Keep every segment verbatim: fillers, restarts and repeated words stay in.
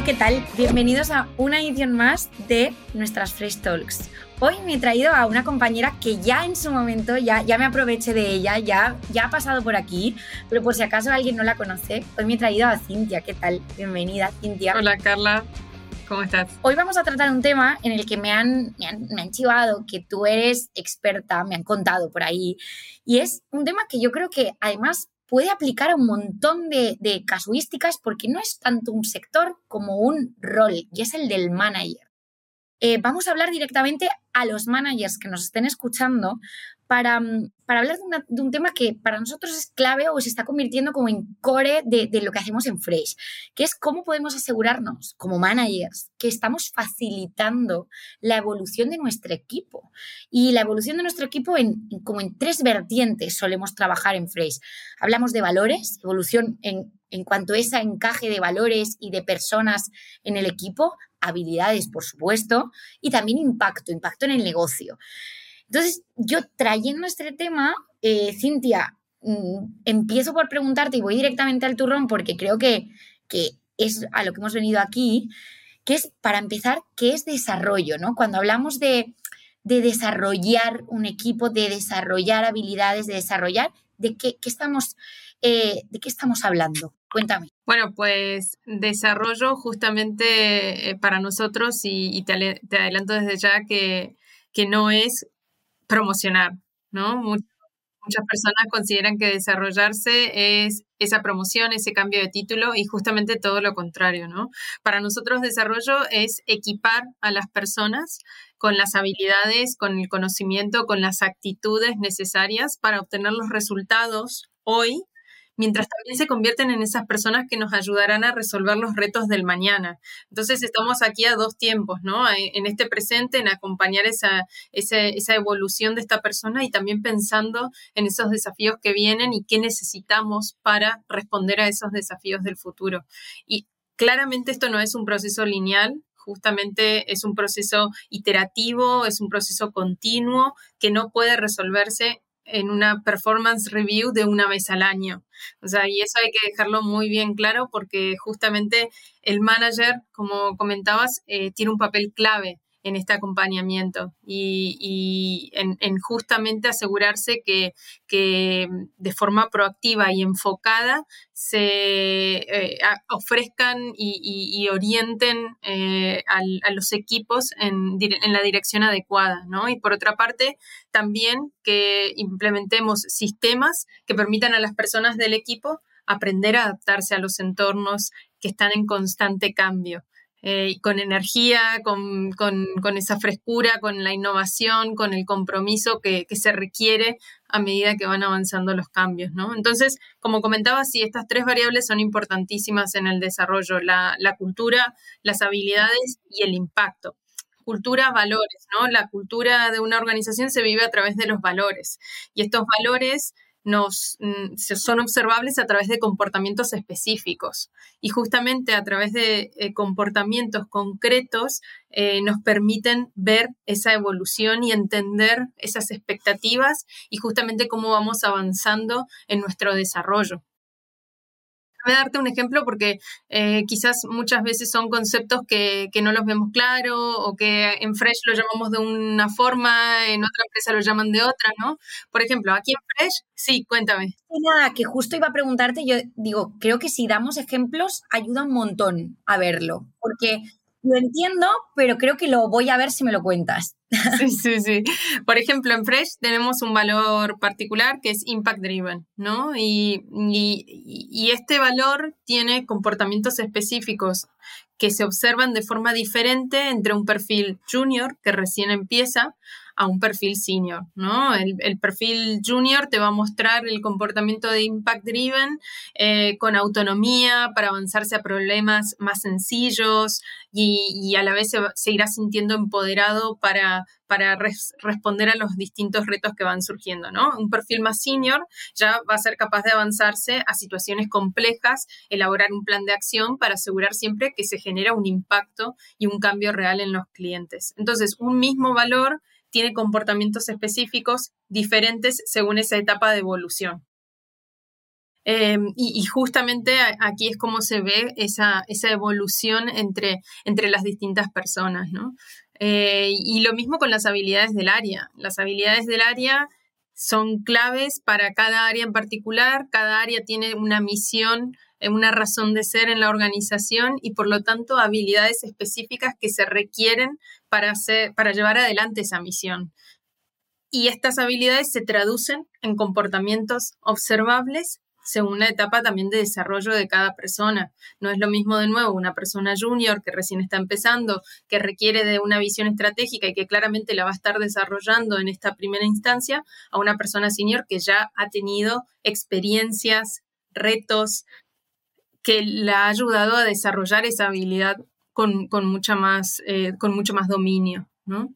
¿qué tal? Bienvenidos a una edición más de nuestras Fresh Talks. Hoy me he traído a una compañera que ya en su momento, ya, ya me aproveché de ella, ya, ya ha pasado por aquí, pero por si acaso alguien no la conoce, hoy me he traído a Cintia. ¿Qué tal? Bienvenida, Cintia. Hola, Carla. ¿Cómo estás? Hoy vamos a tratar un tema en el que me han, me han, me han chivado, que tú eres experta, me han contado por ahí, y es un tema que yo creo que además puede aplicar a un montón de, de casuísticas porque no es tanto un sector como un rol, y es el del manager. Eh, vamos a hablar directamente a los managers que nos estén escuchando para, para hablar de, una, de un tema que para nosotros es clave o se está convirtiendo como en core de, de lo que hacemos en Fresh, que es cómo podemos asegurarnos como managers que estamos facilitando la evolución de nuestro equipo. Y la evolución de nuestro equipo en, en, como en tres vertientes solemos trabajar en Fresh. Hablamos de valores, evolución en, en cuanto a ese encaje de valores y de personas en el equipo, habilidades, por supuesto, y también impacto, impacto en el negocio. Entonces, yo trayendo este tema, eh, Cintia, mmm, empiezo por preguntarte y voy directamente al turrón porque creo que, que es a lo que hemos venido aquí, que es, para empezar, ¿qué es desarrollo, ¿no? Cuando hablamos de, de desarrollar un equipo, de desarrollar habilidades, de desarrollar, ¿de qué, qué estamos, eh, ¿de qué estamos hablando? Cuéntame. Bueno, pues desarrollo justamente eh, para nosotros y, y te, te adelanto desde ya que, que no es promocionar, ¿no? Much, muchas personas consideran que desarrollarse es esa promoción, ese cambio de título y justamente todo lo contrario, ¿no? Para nosotros desarrollo es equipar a las personas con las habilidades, con el conocimiento, con las actitudes necesarias para obtener los resultados hoy, mientras también se convierten en esas personas que nos ayudarán a resolver los retos del mañana. Entonces estamos aquí a dos tiempos, ¿no? En este presente, en acompañar esa, esa, esa evolución de esta persona y también pensando en esos desafíos que vienen y qué necesitamos para responder a esos desafíos del futuro. Y claramente esto no es un proceso lineal, justamente es un proceso iterativo, es un proceso continuo que no puede resolverse en una performance review de una vez al año. O sea, y eso hay que dejarlo muy bien claro porque justamente el manager, como comentabas, eh, tiene un papel clave en este acompañamiento y, y en, en justamente asegurarse que, que de forma proactiva y enfocada se eh, a, ofrezcan y, y, y orienten eh, al, a los equipos en, en la dirección adecuada, ¿no? Y por otra parte, también que implementemos sistemas que permitan a las personas del equipo aprender a adaptarse a los entornos que están en constante cambio. Eh, con energía, con, con, con esa frescura, con la innovación, con el compromiso que, que se requiere a medida que van avanzando los cambios, ¿no? Entonces, como comentaba, sí, estas tres variables son importantísimas en el desarrollo, la, la cultura, las habilidades y el impacto. Cultura, valores, ¿no? La cultura de una organización se vive a través de los valores y estos valores nos, son observables a través de comportamientos específicos y justamente a través de eh, comportamientos concretos eh, nos permiten ver esa evolución y entender esas expectativas y justamente cómo vamos avanzando en nuestro desarrollo. Voy a darte un ejemplo porque eh, quizás muchas veces son conceptos que, que no los vemos claro o que en Fresh lo llamamos de una forma, en otra empresa lo llaman de otra, ¿no? Por ejemplo, aquí en Fresh, sí, cuéntame. Nada, que justo iba a preguntarte, yo digo, creo que si damos ejemplos ayuda un montón a verlo, porque lo entiendo, pero creo que lo voy a ver si me lo cuentas. Sí, sí, sí. Por ejemplo, en Fresh tenemos un valor particular que es impact driven, ¿no? Y, y, y este valor tiene comportamientos específicos que se observan de forma diferente entre un perfil junior que recién empieza a un perfil senior, ¿no? El, el perfil junior te va a mostrar el comportamiento de impact driven eh, con autonomía para avanzarse a problemas más sencillos y, y a la vez se, se irá sintiendo empoderado para, para res, responder a los distintos retos que van surgiendo, ¿no? Un perfil más senior ya va a ser capaz de avanzarse a situaciones complejas, elaborar un plan de acción para asegurar siempre que se genera un impacto y un cambio real en los clientes. Entonces, un mismo valor tiene comportamientos específicos diferentes según esa etapa de evolución. Eh, y, y justamente aquí es como se ve esa, esa evolución entre, entre las distintas personas, ¿no? Eh, y lo mismo con las habilidades del área. Las habilidades del área son claves para cada área en particular. Cada área tiene una misión, una razón de ser en la organización y por lo tanto habilidades específicas que se requieren para, hacer, para llevar adelante esa misión. Y estas habilidades se traducen en comportamientos observables según la etapa también de desarrollo de cada persona. No es lo mismo, de nuevo, una persona junior que recién está empezando, que requiere de una visión estratégica y que claramente la va a estar desarrollando en esta primera instancia, a una persona senior que ya ha tenido experiencias, retos, que la ha ayudado a desarrollar esa habilidad con, con, mucha más, eh, con mucho más dominio, ¿no?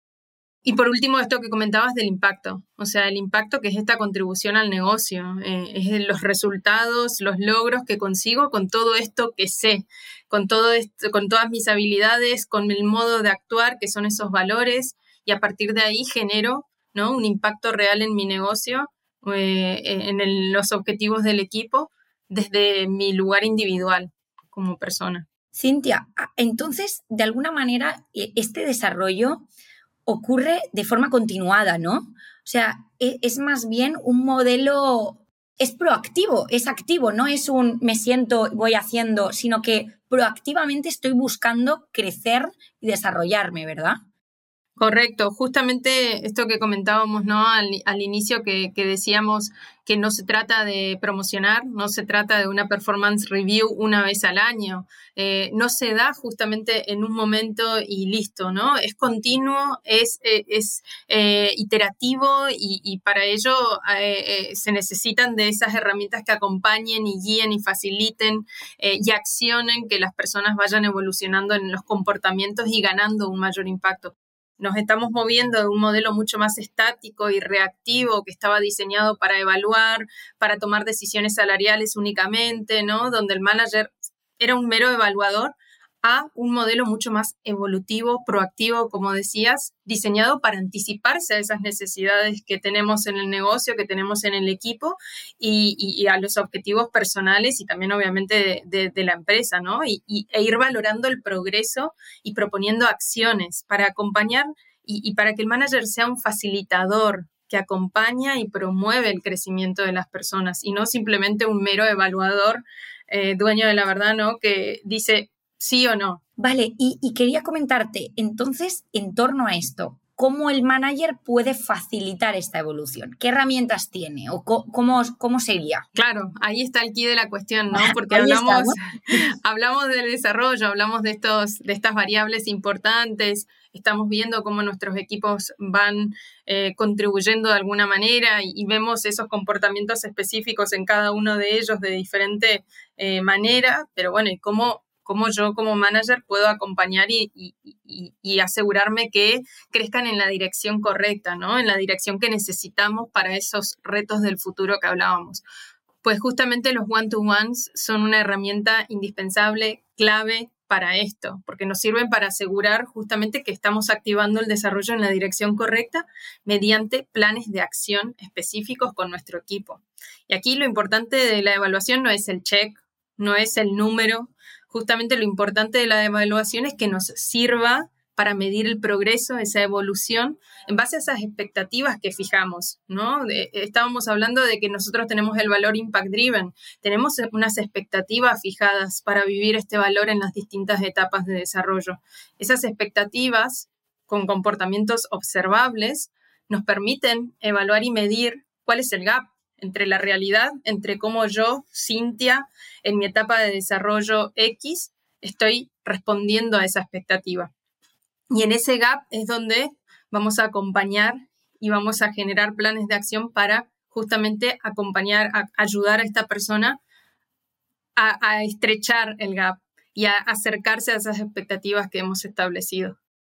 Y por último, esto que comentabas del impacto, o sea, el impacto que es esta contribución al negocio, eh, es los resultados, los logros que consigo con todo esto que sé, con, todo esto, con todas mis habilidades, con el modo de actuar, que son esos valores, y a partir de ahí genero, ¿no?, un impacto real en mi negocio, eh, en el, los objetivos del equipo, desde mi lugar individual como persona. Cintia, entonces, de alguna manera, este desarrollo ocurre de forma continuada, ¿no? O sea, es más bien un modelo, es proactivo, es activo, no es un me siento, voy haciendo, sino que proactivamente estoy buscando crecer y desarrollarme, ¿verdad? Correcto, justamente esto que comentábamos, ¿no?, al, al inicio que, que decíamos que no se trata de promocionar, no se trata de una performance review una vez al año, eh, no se da justamente en un momento y listo, ¿no? Es continuo, es, es, es eh, iterativo y, y para ello eh, eh, se necesitan de esas herramientas que acompañen y guíen y faciliten eh, y accionen que las personas vayan evolucionando en los comportamientos y ganando un mayor impacto. Nos estamos moviendo de un modelo mucho más estático y reactivo que estaba diseñado para evaluar, para tomar decisiones salariales únicamente, ¿no?, donde el manager era un mero evaluador, a un modelo mucho más evolutivo, proactivo, como decías, diseñado para anticiparse a esas necesidades que tenemos en el negocio, que tenemos en el equipo y, y, y a los objetivos personales y también obviamente de, de, de la empresa, ¿no? Y, y, e ir valorando el progreso y proponiendo acciones para acompañar y, y para que el manager sea un facilitador que acompaña y promueve el crecimiento de las personas y no simplemente un mero evaluador, eh, dueño de la verdad, ¿no?, que dice sí o no. Vale, y, y quería comentarte, entonces, en torno a esto, ¿cómo el manager puede facilitar esta evolución? ¿Qué herramientas tiene o co- cómo, cómo sería? Claro, ahí está el quid de la cuestión, ¿no? Porque Ahí hablamos, está, ¿no? hablamos del desarrollo, hablamos de, estos, de estas variables importantes, estamos viendo cómo nuestros equipos van eh, contribuyendo de alguna manera y, y vemos esos comportamientos específicos en cada uno de ellos de diferente eh, manera, pero bueno, y cómo cómo yo como manager puedo acompañar y, y, y, y asegurarme que crezcan en la dirección correcta, ¿no?, en la dirección que necesitamos para esos retos del futuro que hablábamos. Pues justamente los one-to-ones son una herramienta indispensable, clave para esto, porque nos sirven para asegurar justamente que estamos activando el desarrollo en la dirección correcta mediante planes de acción específicos con nuestro equipo. Y aquí lo importante de la evaluación no es el check, no es el número. Justamente lo importante de la evaluación es que nos sirva para medir el progreso, esa evolución, en base a esas expectativas que fijamos, ¿no? De, estábamos hablando de que nosotros tenemos el valor impact driven, tenemos unas expectativas fijadas para vivir este valor en las distintas etapas de desarrollo. Esas expectativas, con comportamientos observables, nos permiten evaluar y medir cuál es el gap entre la realidad, entre cómo yo, Cintia, en mi etapa de desarrollo X, estoy respondiendo a esa expectativa. Y en ese gap es donde vamos a acompañar y vamos a generar planes de acción para justamente acompañar, a ayudar a esta persona a, a estrechar el gap y a acercarse a esas expectativas que hemos establecido.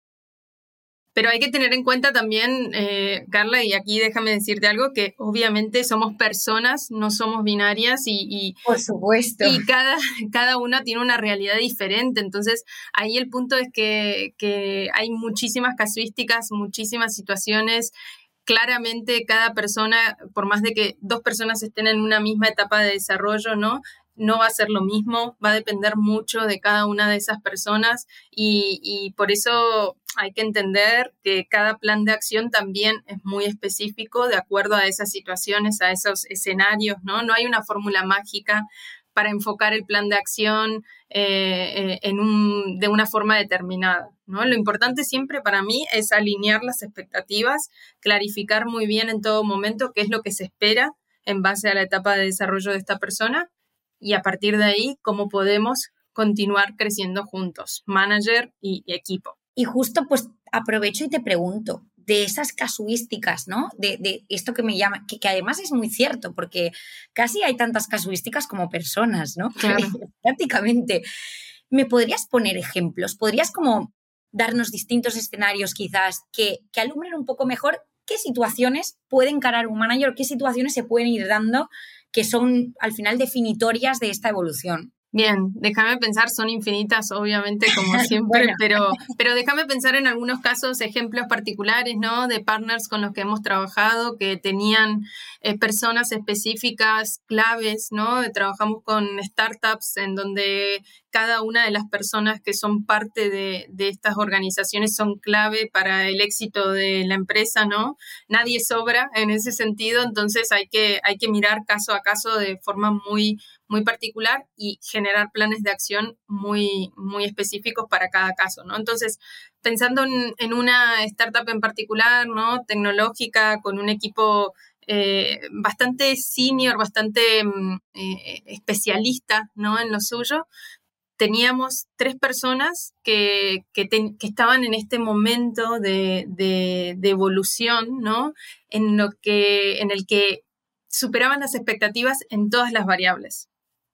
Pero hay que tener en cuenta también, eh, Carla, y aquí déjame decirte algo, que obviamente somos personas, no somos binarias y, y, Por supuesto. y cada, cada una tiene una realidad diferente. Entonces, ahí el punto es que, que hay muchísimas casuísticas, muchísimas situaciones claramente cada persona, por más de que dos personas estén en una misma etapa de desarrollo, ¿no? No va a ser lo mismo, va a depender mucho de cada una de esas personas y, y por eso hay que entender que cada plan de acción también es muy específico de acuerdo a esas situaciones, a esos escenarios, ¿no? No hay una fórmula mágica para enfocar el plan de acción eh, en un, de una forma determinada, ¿no? Lo importante siempre para mí es alinear las expectativas, clarificar muy bien en todo momento qué es lo que se espera en base a la etapa de desarrollo de esta persona y a partir de ahí cómo podemos continuar creciendo juntos, manager y, y equipo. Y justo pues aprovecho y te pregunto, de esas casuísticas, ¿no? De, de esto que me llama, que, que además es muy cierto, porque casi hay tantas casuísticas como personas, ¿no? Claro. Prácticamente. ¿Me podrías poner ejemplos? ¿Podrías como darnos distintos escenarios quizás que, que alumbren un poco mejor qué situaciones puede encarar un manager, qué situaciones se pueden ir dando que son al final definitorias de esta evolución? Bien, déjame pensar, son infinitas, obviamente, como siempre, Bueno. pero, pero déjame pensar en algunos casos, ejemplos particulares, ¿no? De partners con los que hemos trabajado, que tenían eh, personas específicas, claves, ¿no? Trabajamos con startups en donde cada una de las personas que son parte de, de estas organizaciones son clave para el éxito de la empresa, ¿no? Nadie sobra en ese sentido, entonces hay que, hay que mirar caso a caso de forma muy muy particular y generar planes de acción muy, muy específicos para cada caso, ¿no? Entonces, pensando en, en una startup en particular, ¿no? Tecnológica, con un equipo eh, bastante senior, bastante eh, especialista, ¿no? En lo suyo, teníamos tres personas que, que, te, que estaban en este momento de, de, de evolución, ¿no? En, lo que, en el que superaban las expectativas en todas las variables.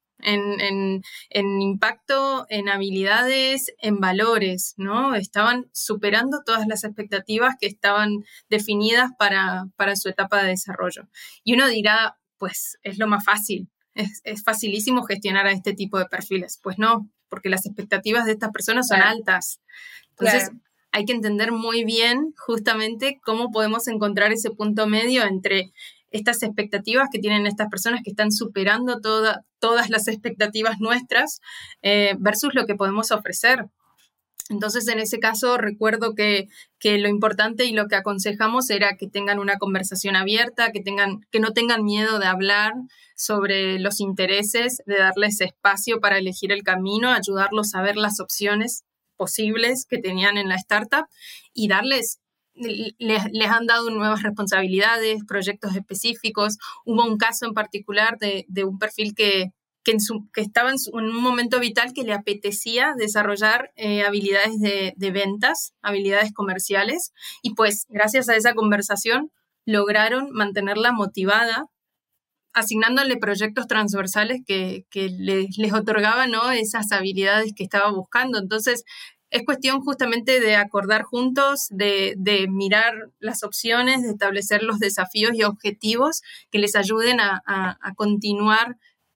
En, en, en impacto, en habilidades, en valores, ¿no? Estaban superando todas las expectativas que estaban definidas para, para su etapa de desarrollo. Y uno dirá, pues es lo más fácil, es, es facilísimo gestionar a este tipo de perfiles. Pues no, porque las expectativas de estas personas son Claro. altas. Entonces, Claro. hay que entender muy bien justamente cómo podemos encontrar ese punto medio entre estas expectativas que tienen estas personas que están superando toda, todas las expectativas nuestras eh, versus lo que podemos ofrecer. Entonces, en ese caso, recuerdo que, que lo importante y lo que aconsejamos era que tengan una conversación abierta, que, tengan, que no tengan miedo de hablar sobre los intereses, de darles espacio para elegir el camino, ayudarlos a ver las opciones posibles que tenían en la startup y darles Les, les han dado nuevas responsabilidades, proyectos específicos. Hubo un caso en particular de, de un perfil que, que, en su, que estaba en, su, en un momento vital que le apetecía desarrollar eh, habilidades de, de ventas, habilidades comerciales, y pues gracias a esa conversación lograron mantenerla motivada, asignándole proyectos transversales que, que les, les otorgaban, ¿no? Esas habilidades que estaba buscando. Entonces, es cuestión justamente de acordar juntos, de, de mirar las opciones, de establecer los desafíos y objetivos que les ayuden a, a, a continuar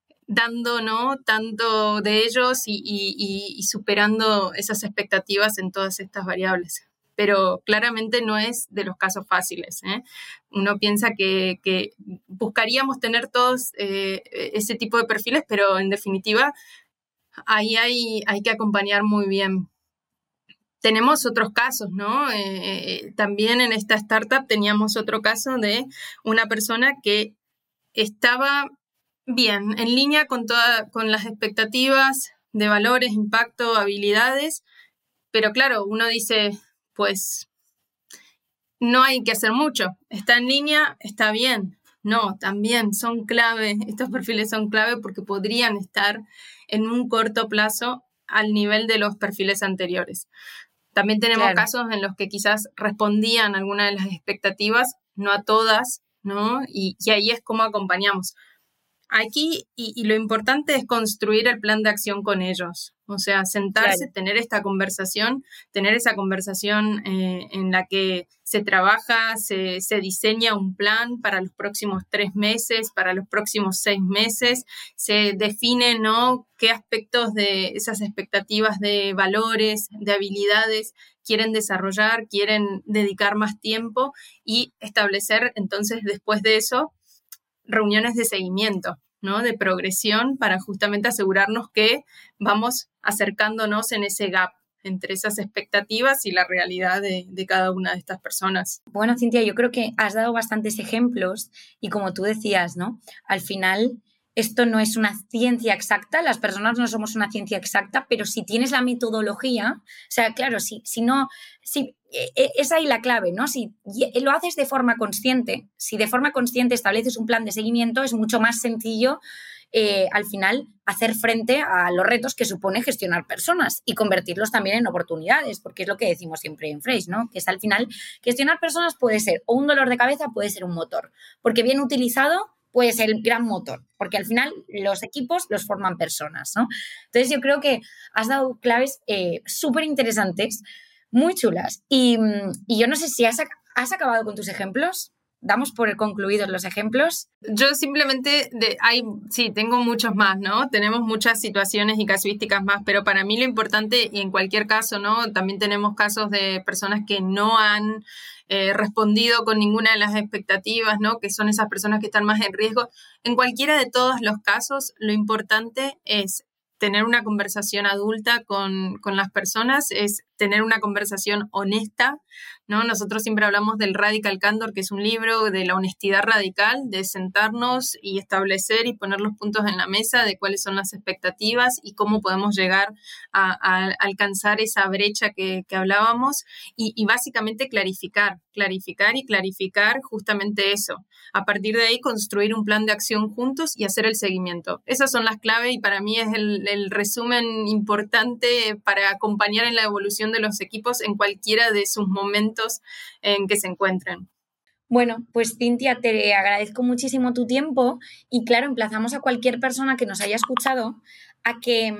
dando, ¿no? Tanto de ellos y, y, y superando esas expectativas en todas estas variables. Pero claramente no es de los casos fáciles, ¿eh? Uno piensa que, que buscaríamos tener todos eh, ese tipo de perfiles, pero en definitiva ahí hay, hay que acompañar muy bien. Tenemos otros casos, ¿no? Eh, también en esta startup teníamos otro caso de una persona que estaba bien, en línea con, toda, con las expectativas de valores, impacto, habilidades, pero claro, uno dice, pues no hay que hacer mucho, está en línea, está bien. No, también son clave, estos perfiles son clave porque podrían estar en un corto plazo al nivel de los perfiles anteriores. También tenemos Claro. casos en los que quizás respondían a alguna de las expectativas, no a todas, ¿no? Y, y ahí es como acompañamos. aquí, y, y lo importante es construir el plan de acción con ellos. O sea, sentarse, Claro. tener esta conversación, tener esa conversación eh, en la que se trabaja, se, se diseña un plan para los próximos tres meses, para los próximos seis meses, se define, ¿no?, qué aspectos de esas expectativas de valores, de habilidades quieren desarrollar, quieren dedicar más tiempo y establecer entonces después de eso reuniones de seguimiento, ¿no?, de progresión para justamente asegurarnos que vamos acercándonos en ese gap entre esas expectativas y la realidad de, de cada una de estas personas. Bueno, Cintia, yo creo que has dado bastantes ejemplos y como tú decías, ¿no?, al final esto no es una ciencia exacta, las personas no somos una ciencia exacta, pero si tienes la metodología, o sea, claro, si, si no, si, es ahí la clave, ¿no? Si lo haces de forma consciente, si de forma consciente estableces un plan de seguimiento, es mucho más sencillo eh, al final hacer frente a los retos que supone gestionar personas y convertirlos también en oportunidades, porque es lo que decimos siempre en Frase, ¿no?, que es al final gestionar personas puede ser o un dolor de cabeza, puede ser un motor, porque bien utilizado puede ser el gran motor, porque al final los equipos los forman personas, ¿no? Entonces yo creo que has dado claves eh, súper interesantes, muy chulas. Y, y yo no sé si has, has acabado con tus ejemplos. ¿Damos por concluidos los ejemplos? Yo simplemente, de, hay, sí, tengo muchos más, ¿no? Tenemos muchas situaciones y casuísticas más, pero para mí lo importante, y en cualquier caso, ¿no?, también tenemos casos de personas que no han eh, respondido con ninguna de las expectativas, ¿no?, que son esas personas que están más en riesgo. En cualquiera de todos los casos, lo importante es tener una conversación adulta con, con las personas, es tener una conversación honesta, ¿no? Nosotros siempre hablamos del Radical Candor, que es un libro de la honestidad radical, de sentarnos y establecer y poner los puntos en la mesa de cuáles son las expectativas y cómo podemos llegar a, a alcanzar esa brecha que, que hablábamos y, y básicamente clarificar, clarificar y clarificar justamente eso. A partir de ahí construir un plan de acción juntos y hacer el seguimiento. Esas son las claves y para mí es el, el resumen importante para acompañar en la evolución de los equipos en cualquiera de sus momentos en que se encuentren. Bueno, pues Cintia, te agradezco muchísimo tu tiempo y claro, emplazamos a cualquier persona que nos haya escuchado a que,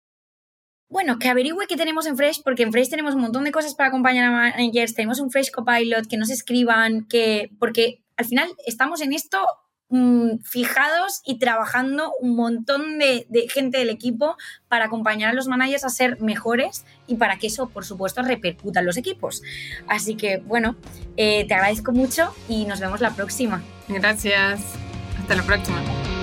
bueno, que averigüe qué tenemos en Fresh, porque en Fresh tenemos un montón de cosas para acompañar a managers, tenemos un Fresh Copilot, que nos escriban, que, porque al final estamos en esto mmm, fijados y trabajando un montón de, de gente del equipo para acompañar a los managers a ser mejores y para que eso, por supuesto, repercuta en los equipos. Así que, bueno, eh, te agradezco mucho y nos vemos la próxima. Gracias. Hasta la próxima.